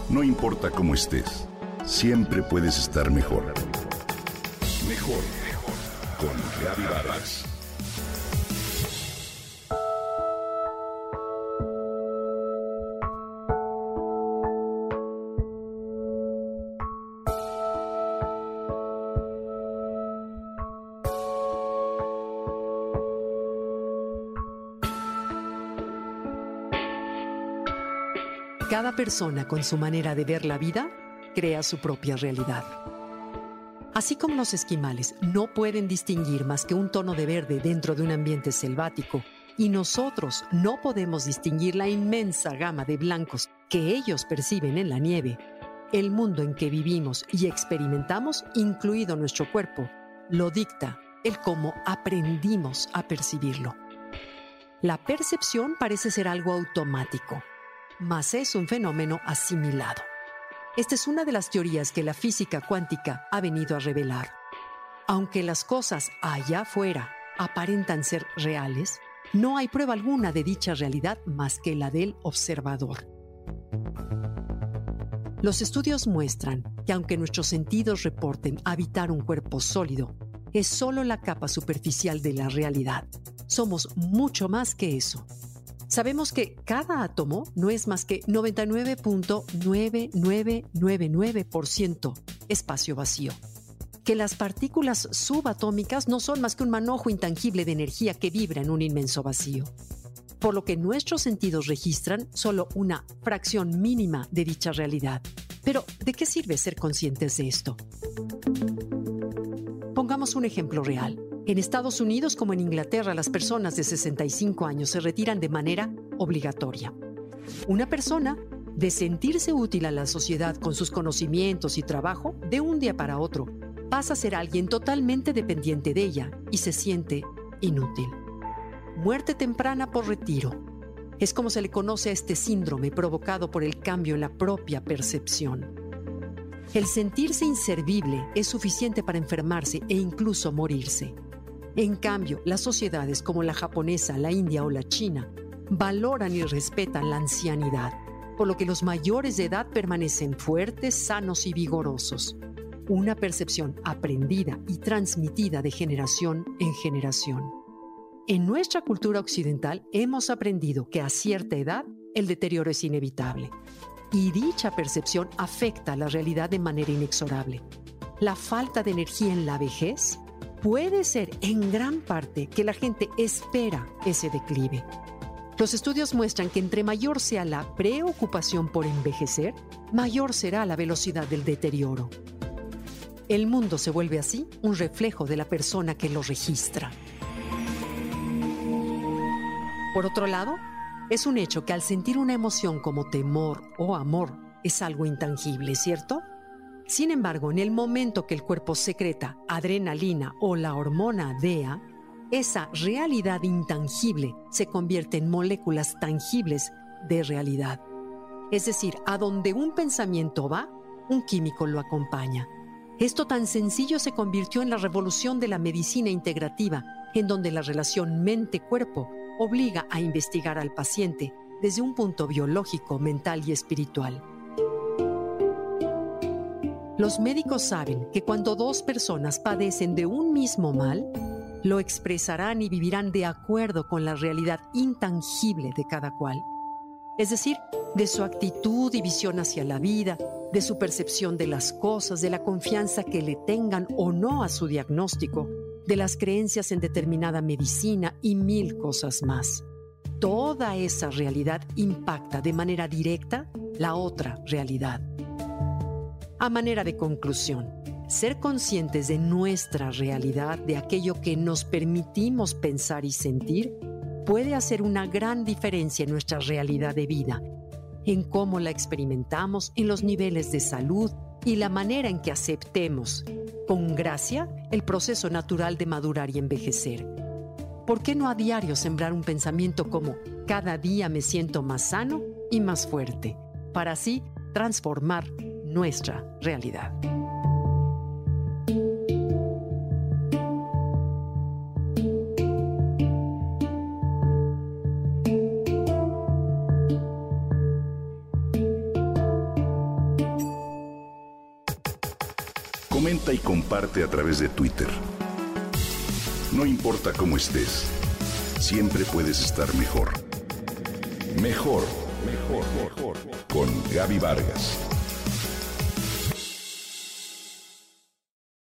No importa cómo estés, siempre puedes estar mejor. Mejor, mejor. Con Reavivadas. Cada persona, con su manera de ver la vida, crea su propia realidad. Así como los esquimales no pueden distinguir más que un tono de verde dentro de un ambiente selvático, y nosotros no podemos distinguir la inmensa gama de blancos que ellos perciben en la nieve, el mundo en que vivimos y experimentamos, incluido nuestro cuerpo, lo dicta el cómo aprendimos a percibirlo. La percepción parece ser algo automático, mas es un fenómeno asimilado. Esta es una de las teorías que la física cuántica ha venido a revelar. Aunque las cosas allá afuera aparentan ser reales, no hay prueba alguna de dicha realidad más que la del observador. Los estudios muestran que aunque nuestros sentidos reporten habitar un cuerpo sólido, es solo la capa superficial de la realidad. Somos mucho más que eso. Sabemos que cada átomo no es más que 99.9999% espacio vacío, que las partículas subatómicas no son más que un manojo intangible de energía que vibra en un inmenso vacío, por lo que nuestros sentidos registran solo una fracción mínima de dicha realidad. Pero, ¿de qué sirve ser conscientes de esto? Pongamos un ejemplo real. En Estados Unidos como en Inglaterra, las personas de 65 años se retiran de manera obligatoria. Una persona, de sentirse útil a la sociedad con sus conocimientos y trabajo, de un día para otro, pasa a ser alguien totalmente dependiente de ella y se siente inútil. Muerte temprana por retiro. Es como se le conoce a este síndrome provocado por el cambio en la propia percepción. El sentirse inservible es suficiente para enfermarse e incluso morirse. En cambio, las sociedades como la japonesa, la india o la china valoran y respetan la ancianidad, por lo que los mayores de edad permanecen fuertes, sanos y vigorosos. Una percepción aprendida y transmitida de generación en generación. En nuestra cultura occidental hemos aprendido que a cierta edad el deterioro es inevitable. Y dicha percepción afecta la realidad de manera inexorable. La falta de energía en la vejez puede ser en gran parte que la gente espera ese declive. Los estudios muestran que entre mayor sea la preocupación por envejecer, mayor será la velocidad del deterioro. El mundo se vuelve así un reflejo de la persona que lo registra. Por otro lado, es un hecho que al sentir una emoción como temor o amor es algo intangible, ¿cierto? Sin embargo, en el momento que el cuerpo secreta adrenalina o la hormona DEA, esa realidad intangible se convierte en moléculas tangibles de realidad. Es decir, a donde un pensamiento va, un químico lo acompaña. Esto tan sencillo se convirtió en la revolución de la medicina integrativa, en donde la relación mente-cuerpo obliga a investigar al paciente desde un punto biológico, mental y espiritual. Los médicos saben que cuando dos personas padecen de un mismo mal, lo expresarán y vivirán de acuerdo con la realidad intangible de cada cual. Es decir, de su actitud y visión hacia la vida, de su percepción de las cosas, de la confianza que le tengan o no a su diagnóstico, de las creencias en determinada medicina y mil cosas más. Toda esa realidad impacta de manera directa la otra realidad. A manera de conclusión, ser conscientes de nuestra realidad, de aquello que nos permitimos pensar y sentir, puede hacer una gran diferencia en nuestra realidad de vida, en cómo la experimentamos, en los niveles de salud y la manera en que aceptemos, con gracia, el proceso natural de madurar y envejecer. ¿Por qué no a diario sembrar un pensamiento como cada día me siento más sano y más fuerte, para así transformar nuestra realidad? Comenta y comparte a través de Twitter. No importa cómo estés, siempre puedes estar mejor. Mejor, mejor, mejor. Con Gaby Vargas.